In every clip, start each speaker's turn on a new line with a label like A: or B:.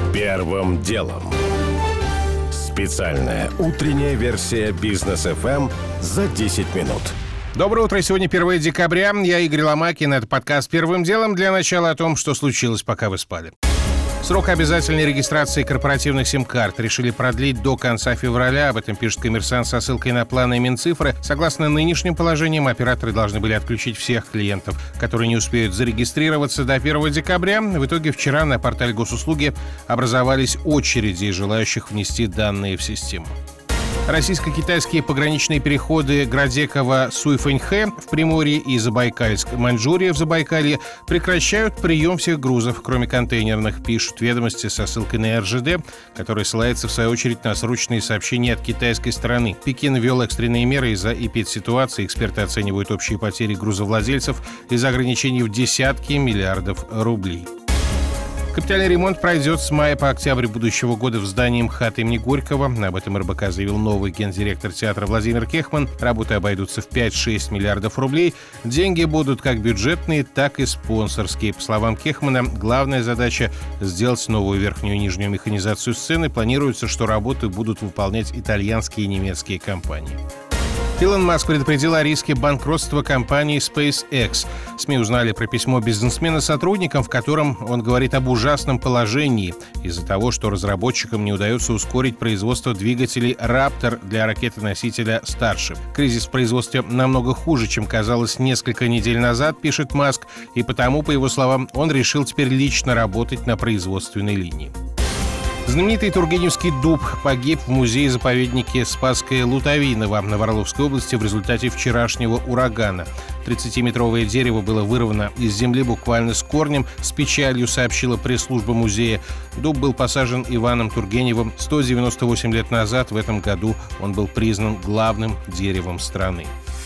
A: Первым делом. Специальная утренняя версия Бизнес ФМ за 10 минут.
B: Доброе утро. Сегодня 1 декабря. Я Игорь Ломакин. Это подкаст «Первым делом». Для начала о том, что случилось, пока вы спали. Срок обязательной регистрации корпоративных сим-карт решили продлить до конца февраля. Об этом пишет «Коммерсант» со ссылкой на планы Минцифры. Согласно нынешним положениям, операторы должны были отключить всех клиентов, которые не успеют зарегистрироваться до 1 декабря. В итоге вчера на портале госуслуги образовались очереди желающих внести данные в систему. Российско-китайские пограничные переходы Градекова-Суйфэньхэ в Приморье и Забайкальск-Маньчжурия в Забайкалье прекращают прием всех грузов, кроме контейнерных, пишут «Ведомости» со ссылкой на РЖД, которая ссылается, в свою очередь, на срочные сообщения от китайской стороны. Пекин ввел экстренные меры из-за эпидситуации. Эксперты оценивают общие потери грузовладельцев из-за ограничений в десятки миллиардов рублей. Капитальный ремонт пройдет с мая по октябрь будущего года в здании МХАТ имени Горького. Об этом РБК заявил новый гендиректор театра Владимир Кехман. Работы обойдутся в 5-6 миллиардов рублей. Деньги будут как бюджетные, так и спонсорские. По словам Кехмана, главная задача – сделать новую верхнюю и нижнюю механизацию сцены. Планируется, что работы будут выполнять итальянские и немецкие компании. Илон Маск предупредил о риске банкротства компании SpaceX. СМИ узнали про письмо бизнесмена сотрудникам, в котором он говорит об ужасном положении из-за того, что разработчикам не удается ускорить производство двигателей Raptor для ракеты-носителя Starship. Кризис в производстве намного хуже, чем казалось несколько недель назад, пишет Маск, и потому, по его словам, он решил теперь лично работать на производственной линии. Знаменитый Тургеневский дуб погиб в музее-заповеднике Спасское Лутовиново в Орловской области в результате вчерашнего урагана. 30-метровое дерево было вырвано из земли буквально с корнем, с печалью сообщила пресс-служба музея. Дуб был посажен Иваном Тургеневым 198 лет назад. В этом году он был признан главным деревом страны.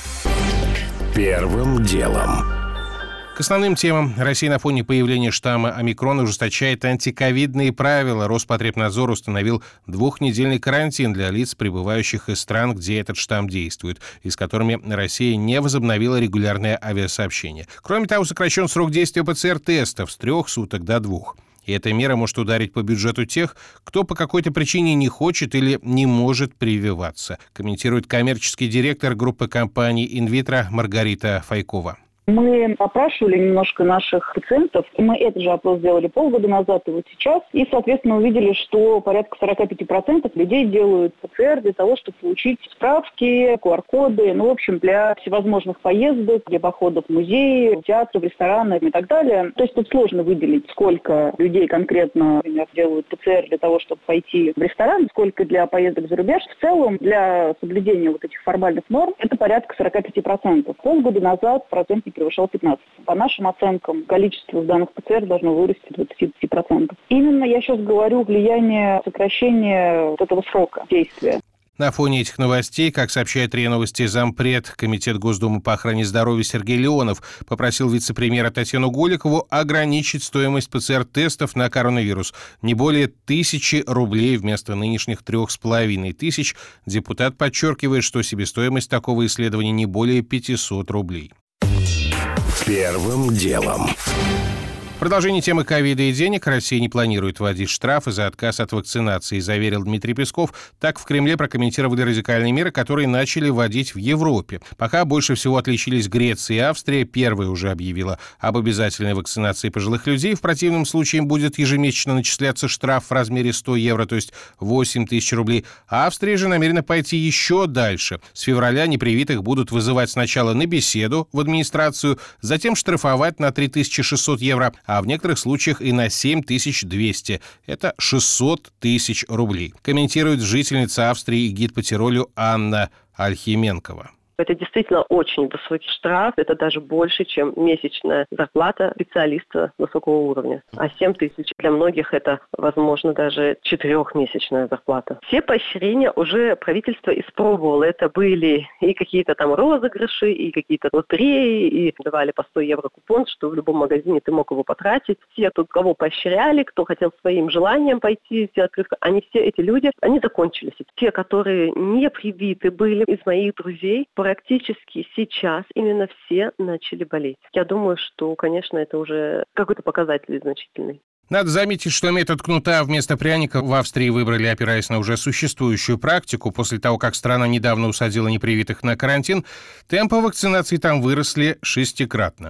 A: Первым делом.
B: К основным темам. Россия на фоне появления штамма омикрон ужесточает антиковидные правила. Роспотребнадзор установил 2-недельный карантин для лиц, прибывающих из стран, где этот штамм действует, и с которыми Россия не возобновила регулярное авиасообщение. Кроме того, сокращен срок действия ПЦР-тестов с 3 суток до 2. И эта мера может ударить по бюджету тех, кто по какой-то причине не хочет или не может прививаться, комментирует коммерческий директор группы компаний «Инвитро» Маргарита Файкова.
C: Мы опрашивали немножко наших пациентов, и мы этот же опрос сделали полгода назад и вот сейчас, и, соответственно, увидели, что порядка 45% людей делают ПЦР для того, чтобы получить справки, QR-коды, в общем, для всевозможных поездок, для походов в музеи, в театры, в рестораны и так далее. То есть тут сложно выделить, сколько людей конкретно, например, делают ПЦР для того, чтобы пойти в ресторан, сколько для поездок за рубеж. В целом, для соблюдения вот этих формальных норм, это порядка 45%. Полгода назад процент превышал 15%. По нашим оценкам, количество сданных ПЦР должно вырасти до 25%. Именно я сейчас говорю влияние сокращения вот этого срока действия.
B: На фоне этих новостей, как сообщает РИА Новости, зампред Комитет Госдумы по охране здоровья Сергей Леонов попросил вице-премьера Татьяну Голикову ограничить стоимость ПЦР-тестов на коронавирус не более 1000 рублей вместо нынешних 3500. Депутат подчеркивает, что себестоимость такого исследования не более 500 рублей.
A: Первым делом.
B: В продолжении темы ковида и денег Россия не планирует вводить штрафы за отказ от вакцинации, заверил Дмитрий Песков. Так в Кремле прокомментировали радикальные меры, которые начали вводить в Европе. Пока больше всего отличились Греция и Австрия. Первая уже объявила об обязательной вакцинации пожилых людей. В противном случае им будет ежемесячно начисляться штраф в размере 100 евро, то есть 8 тысяч рублей. Австрия же намерена пойти еще дальше. С февраля непривитых будут вызывать сначала на беседу в администрацию, затем штрафовать на 3600 евро, а в некоторых случаях и на 7200. Это 600 тысяч рублей. Комментирует жительница Австрии и гид по Тиролю Анна Альхименкова.
D: Это действительно очень высокий штраф. Это даже больше, чем месячная зарплата специалиста высокого уровня. А 7 тысяч для многих это, возможно, даже 4-месячная зарплата. Все поощрения уже правительство испробовало. Это были и какие-то там розыгрыши, и какие-то лотереи, и давали по 100 евро купон, что в любом магазине ты мог его потратить. Все, кого поощряли, кто хотел своим желанием пойти сделать прививку, они все эти люди, они закончились. Те, которые не привиты были из моих друзей, практически сейчас именно все начали болеть. Я думаю, что, конечно, это уже какой-то показатель значительный.
B: Надо заметить, что метод кнута вместо пряника в Австрии выбрали, опираясь на уже существующую практику. После того, как страна недавно усадила непривитых на карантин, темпы вакцинации там выросли 6-кратно.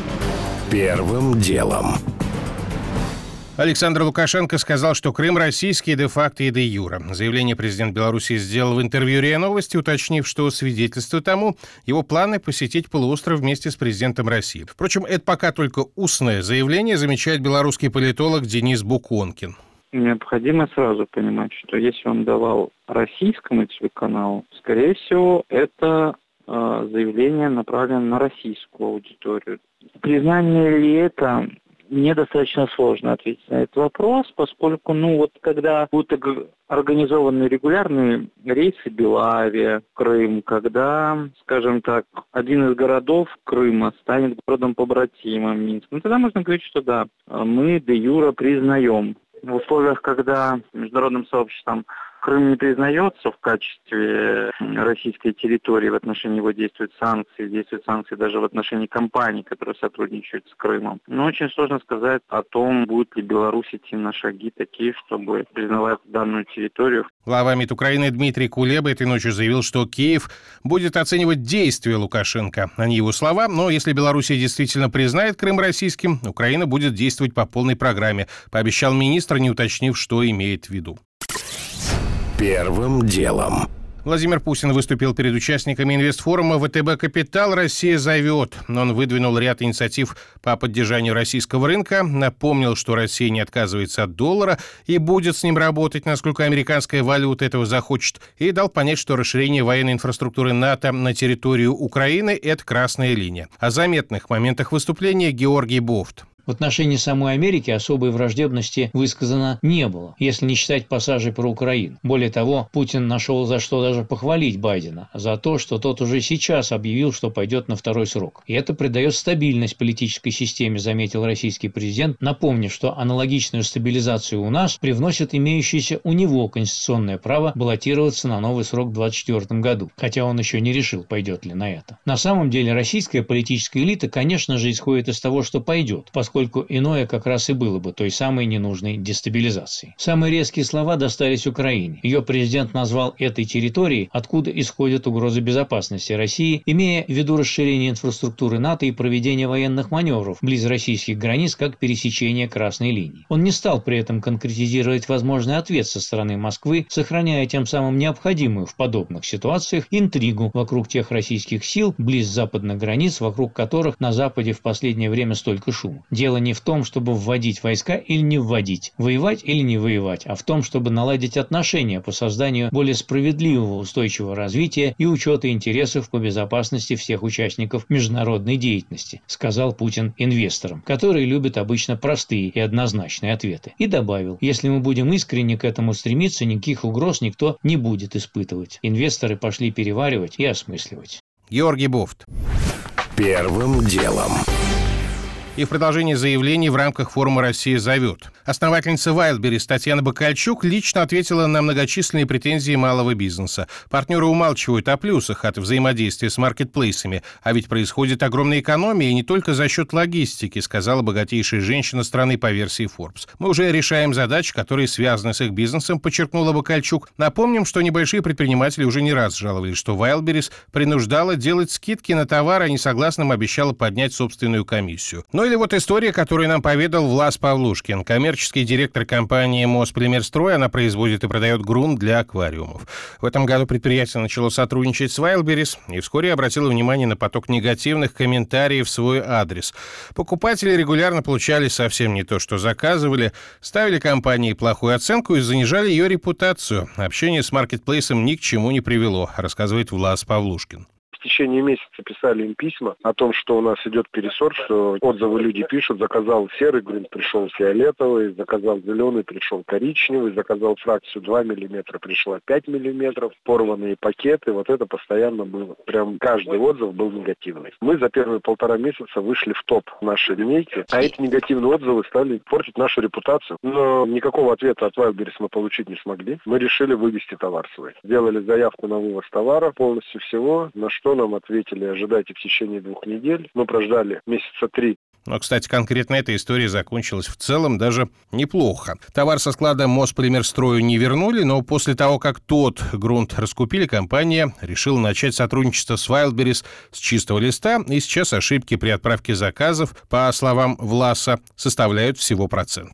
A: Первым делом.
B: Александр Лукашенко сказал, что Крым российский де-факто и де-юре. Заявление президент Беларуси сделал в интервью РИА Новости, уточнив, что свидетельство тому его планы посетить полуостров вместе с президентом России. Впрочем, это пока только устное заявление, замечает белорусский политолог Денис Буконкин.
E: Необходимо сразу понимать, что если он давал российскому телеканалу, скорее всего, это заявление направлено на российскую аудиторию. Признание ли это? Мне достаточно сложно ответить на этот вопрос, поскольку, когда будут организованы регулярные рейсы Белавия, Крым, когда, скажем так, один из городов Крыма станет городом-побратимом Минск, тогда можно говорить, что да, мы де-юре признаем. В условиях, когда международным сообществом Крым не признается в качестве российской территории, в отношении его действуют санкции даже в отношении компаний, которые сотрудничают с Крымом. Но очень сложно сказать о том, будет ли Беларусь идти на шаги такие, чтобы признавать данную территорию.
B: Глава МИД Украины Дмитрий Кулеба этой ночью заявил, что Киев будет оценивать действия Лукашенко, а не его слова. Но если Белоруссия действительно признает Крым российским, Украина будет действовать по полной программе, пообещал министр, не уточнив, что имеет в виду.
A: Первым делом.
B: Владимир Путин выступил перед участниками инвестфорума «ВТБ Капитал. Россия зовет». Он выдвинул ряд инициатив по поддержанию российского рынка, напомнил, что Россия не отказывается от доллара и будет с ним работать, насколько американская валюта этого захочет, и дал понять, что расширение военной инфраструктуры НАТО на территорию Украины – это красная линия. О заметных моментах выступления Георгий Бофт.
F: В отношении самой Америки особой враждебности высказано не было, если не считать пассажей про Украину. Более того, Путин нашел за что даже похвалить Байдена, за то, что тот уже сейчас объявил, что пойдет на второй срок. И это придает стабильность политической системе, заметил российский президент, напомнив, что аналогичную стабилизацию у нас привносит имеющееся у него конституционное право баллотироваться на новый срок в 2024 году, хотя он еще не решил, пойдет ли на это. На самом деле российская политическая элита, конечно же, исходит из того, что пойдет, поскольку иное как раз и было бы той самой ненужной дестабилизацией. Самые резкие слова достались Украине. Ее президент назвал этой территорией, откуда исходят угрозы безопасности России, имея в виду расширение инфраструктуры НАТО и проведение военных маневров близ российских границ как пересечение красной линии. Он не стал при этом конкретизировать возможный ответ со стороны Москвы, сохраняя тем самым необходимую в подобных ситуациях интригу вокруг тех российских сил близ западных границ, вокруг которых на Западе в последнее время столько шума. Дело не в том, чтобы вводить войска или не вводить, воевать или не воевать, а в том, чтобы наладить отношения по созданию более справедливого устойчивого развития и учета интересов по безопасности всех участников международной деятельности, сказал Путин инвесторам, которые любят обычно простые и однозначные ответы. И добавил, если мы будем искренне к этому стремиться, никаких угроз никто не будет испытывать. Инвесторы пошли переваривать и осмысливать.
B: Георгий Бофт.
A: Первым делом.
B: И в продолжении заявлений в рамках форума «Россия зовет». Основательница Wildberries Татьяна Бакальчук лично ответила на многочисленные претензии малого бизнеса. Партнеры умалчивают о плюсах от взаимодействия с маркетплейсами. А ведь происходит огромная экономия, и не только за счет логистики, сказала богатейшая женщина страны по версии Forbes. Мы уже решаем задачи, которые связаны с их бизнесом, подчеркнула Бакальчук. Напомним, что небольшие предприниматели уже не раз жаловались, что Wildberries принуждала делать скидки на товары, а несогласным обещала поднять собственную комиссию. Ну или вот история, которую нам поведал Влас Павлушкин, коммерческий директор компании «Мосполимерстрой». Она производит и продает грунт для аквариумов. В этом году предприятие начало сотрудничать с Wildberries и вскоре обратило внимание на поток негативных комментариев в свой адрес. Покупатели регулярно получали совсем не то, что заказывали, ставили компании плохую оценку и занижали ее репутацию. Общение с маркетплейсом ни к чему не привело, рассказывает Влас Павлушкин.
G: В течение месяца писали им письма о том, что у нас идет пересорт, что отзывы люди пишут, заказал серый грунт, пришел фиолетовый, заказал зеленый, пришел коричневый, заказал фракцию 2 миллиметра, пришла 5 миллиметров, порванные пакеты, вот это постоянно было. Прям каждый отзыв был негативный. Мы за первые 1,5 месяца вышли в топ нашей линейки, а эти негативные отзывы стали портить нашу репутацию. Но никакого ответа от Wildberries мы получить не смогли. Мы решили вывести товар свой. Сделали заявку на вывоз товара полностью всего, на что что нам ответили? Ожидайте в течение 2 недель. Мы прождали месяца 3.
B: Но, кстати, конкретно эта история закончилась в целом даже неплохо. Товар со склада Мосполимерстрою не вернули, но после того, как тот грунт раскупили, компания решила начать сотрудничество с Wildberries с чистого листа, и сейчас ошибки при отправке заказов, по словам Власа, составляют всего 1%.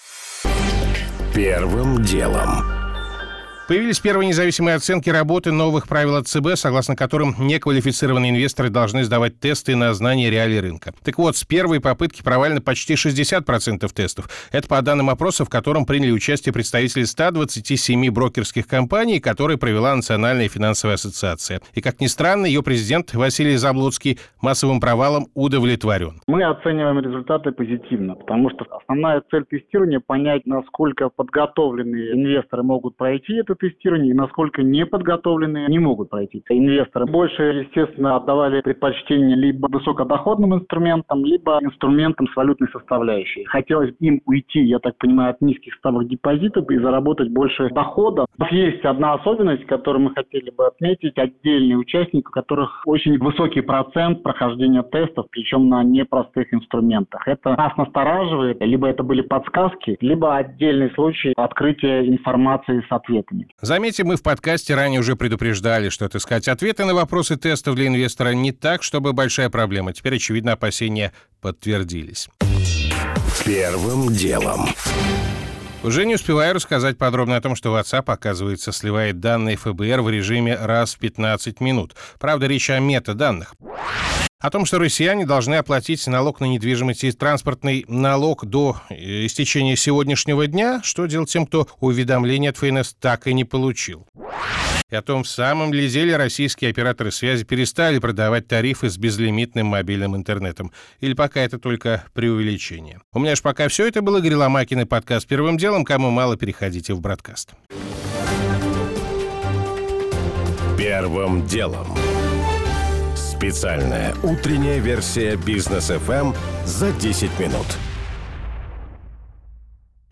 A: Первым делом.
B: Появились первые независимые оценки работы новых правил от ЦБ, согласно которым неквалифицированные инвесторы должны сдавать тесты на знание реалий рынка. Так вот, с первой попытки провалено почти 60% тестов. Это по данным опроса, в котором приняли участие представители 127 брокерских компаний, которые провела Национальная финансовая ассоциация. И, как ни странно, ее президент Василий Заблоцкий массовым провалом удовлетворен.
H: Мы оцениваем результаты позитивно, потому что основная цель тестирования – понять, насколько подготовленные инвесторы могут пройти это тестирование и насколько неподготовленные не могут пройти. Инвесторы больше, естественно, отдавали предпочтение либо высокодоходным инструментам, либо инструментам с валютной составляющей. Хотелось им уйти, я так понимаю, от низких ставок депозитов и заработать больше дохода. Есть одна особенность, которую мы хотели бы отметить. Отдельные участники, у которых очень высокий процент прохождения тестов, причем на непростых инструментах. Это нас настораживает. Либо это были подсказки, либо отдельный случай открытия информации с ответами.
B: Заметьте, мы в подкасте ранее уже предупреждали, что отыскать ответы на вопросы тестов для инвестора не так, чтобы большая проблема. Теперь, очевидно, опасения подтвердились.
A: Первым делом.
B: Уже не успеваю рассказать подробно о том, что WhatsApp, оказывается, сливает данные ФБР в режиме раз в 15 минут. Правда, речь о метаданных. О том, что россияне должны оплатить налог на недвижимость и транспортный налог до истечения сегодняшнего дня, что делать тем, кто уведомление от ФНС так и не получил. И о том, в самом ли деле российские операторы связи перестали продавать тарифы с безлимитным мобильным интернетом. Или пока это только преувеличение. У меня ж пока все. Это был Игорь Ломакин и подкаст «Первым делом». Кому мало, переходите в бродкаст.
A: Первым делом. Специальная утренняя версия Бизнес ФМ за 10 минут.